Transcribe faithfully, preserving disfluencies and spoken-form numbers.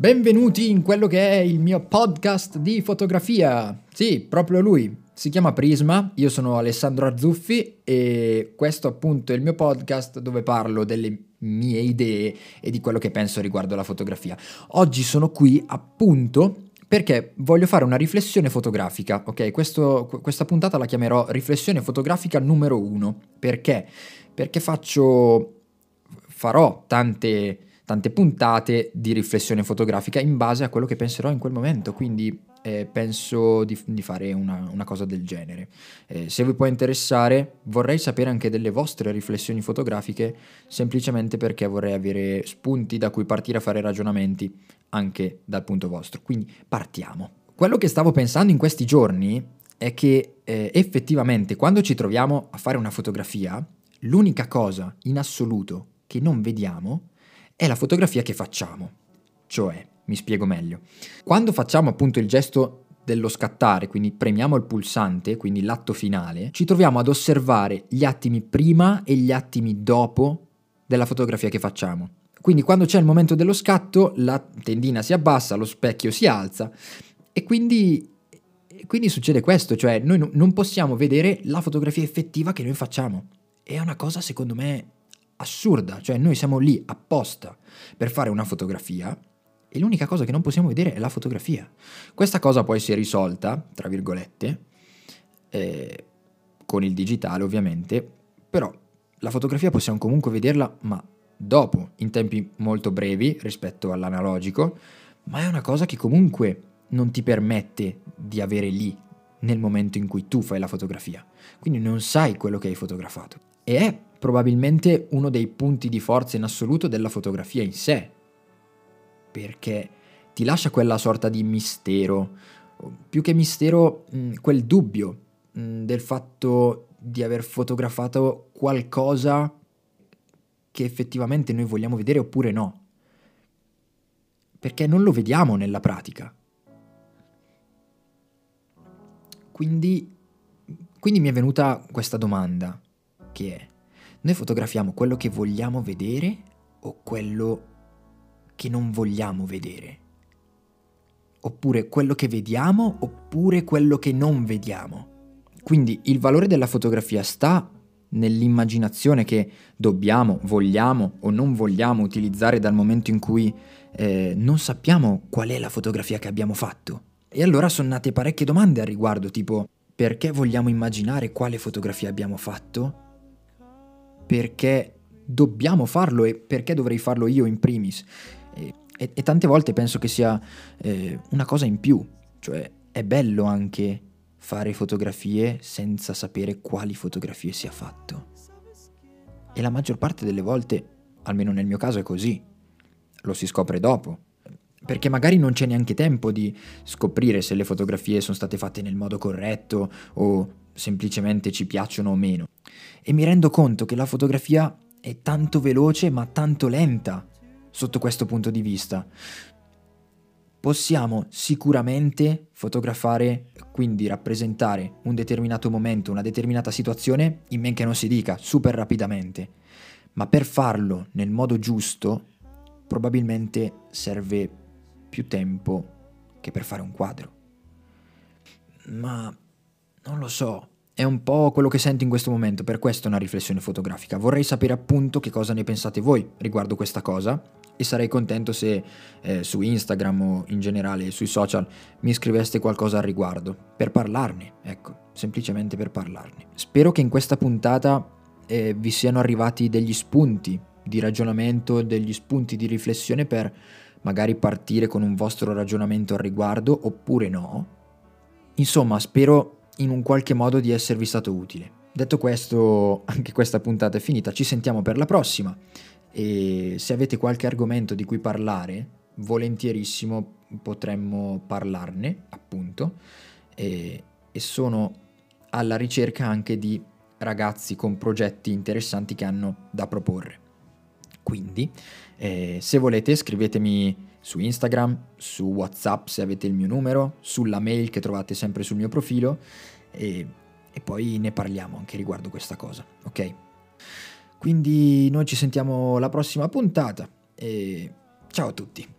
Benvenuti in quello che è il mio podcast di fotografia. Sì, proprio lui. Si chiama Prisma, io sono Alessandro Arzuffi e questo appunto è il mio podcast dove parlo delle mie idee e di quello che penso riguardo la fotografia. Oggi sono qui appunto perché voglio fare una riflessione fotografica, ok? Questo, questa puntata la chiamerò riflessione fotografica numero uno. Perché? Perché faccio, farò tante... tante puntate di riflessione fotografica in base a quello che penserò in quel momento, quindi eh, penso di, di fare una, una cosa del genere. Eh, se vi può interessare, vorrei sapere anche delle vostre riflessioni fotografiche, semplicemente perché vorrei avere spunti da cui partire a fare ragionamenti anche dal punto vostro. Quindi partiamo. Quello che stavo pensando in questi giorni è che eh, effettivamente quando ci troviamo a fare una fotografia, l'unica cosa in assoluto che non vediamo è la fotografia che facciamo. Cioè, mi spiego meglio. Quando facciamo appunto il gesto dello scattare, quindi premiamo il pulsante, quindi l'atto finale, ci troviamo ad osservare gli attimi prima e gli attimi dopo della fotografia che facciamo. Quindi quando c'è il momento dello scatto, la tendina si abbassa, lo specchio si alza e quindi, e quindi succede questo, cioè noi no, non possiamo vedere la fotografia effettiva che noi facciamo. È una cosa secondo me assurda, cioè noi siamo lì apposta per fare una fotografia e l'unica cosa che non possiamo vedere è la fotografia. Questa cosa poi si è risolta, tra virgolette, eh, con il digitale ovviamente, però la fotografia possiamo comunque vederla, ma dopo, in tempi molto brevi rispetto all'analogico, ma è una cosa che comunque non ti permette di avere lì nel momento in cui tu fai la fotografia. Quindi non sai quello che hai fotografato. E è probabilmente uno dei punti di forza in assoluto della fotografia in sé, perché ti lascia quella sorta di mistero, più che mistero, mh, quel dubbio mh, del fatto di aver fotografato qualcosa che effettivamente noi vogliamo vedere oppure no, perché non lo vediamo nella pratica. Quindi, quindi mi è venuta questa domanda, che è: noi fotografiamo quello che vogliamo vedere o quello che non vogliamo vedere? Oppure quello che vediamo oppure quello che non vediamo? Quindi il valore della fotografia sta nell'immaginazione che dobbiamo, vogliamo o non vogliamo utilizzare dal momento in cui eh, non sappiamo qual è la fotografia che abbiamo fatto. E allora sono nate parecchie domande al riguardo, tipo: perché vogliamo immaginare quale fotografia abbiamo fatto? Perché dobbiamo farlo e perché dovrei farlo io in primis? E, e, e tante volte penso che sia eh, una cosa in più, cioè è bello anche fare fotografie senza sapere quali fotografie si è fatto. E la maggior parte delle volte, almeno nel mio caso, è così. Lo si scopre dopo, perché magari non c'è neanche tempo di scoprire se le fotografie sono state fatte nel modo corretto o semplicemente ci piacciono o meno. E mi rendo conto che la fotografia è tanto veloce ma tanto lenta sotto questo punto di vista. Possiamo sicuramente fotografare, quindi rappresentare un determinato momento, una determinata situazione, in men che non si dica, super rapidamente. Ma per farlo nel modo giusto, probabilmente serve più tempo che per fare un quadro. Ma non lo so, è un po' quello che sento in questo momento, per questo è una riflessione fotografica. Vorrei sapere appunto che cosa ne pensate voi riguardo questa cosa e sarei contento se eh, su Instagram o in generale sui social mi scriveste qualcosa al riguardo, per parlarne, ecco, semplicemente per parlarne. Spero che in questa puntata eh, vi siano arrivati degli spunti di ragionamento, degli spunti di riflessione per magari partire con un vostro ragionamento al riguardo oppure no. Insomma, spero in un qualche modo di esservi stato utile. Detto questo, anche questa puntata è finita, ci sentiamo per la prossima e se avete qualche argomento di cui parlare, volentierissimo potremmo parlarne, appunto, e, e sono alla ricerca anche di ragazzi con progetti interessanti che hanno da proporre. Quindi, eh, se volete scrivetemi su Instagram, su WhatsApp se avete il mio numero, sulla mail che trovate sempre sul mio profilo e, e poi ne parliamo anche riguardo questa cosa, ok? Quindi noi ci sentiamo alla prossima puntata e ciao a tutti!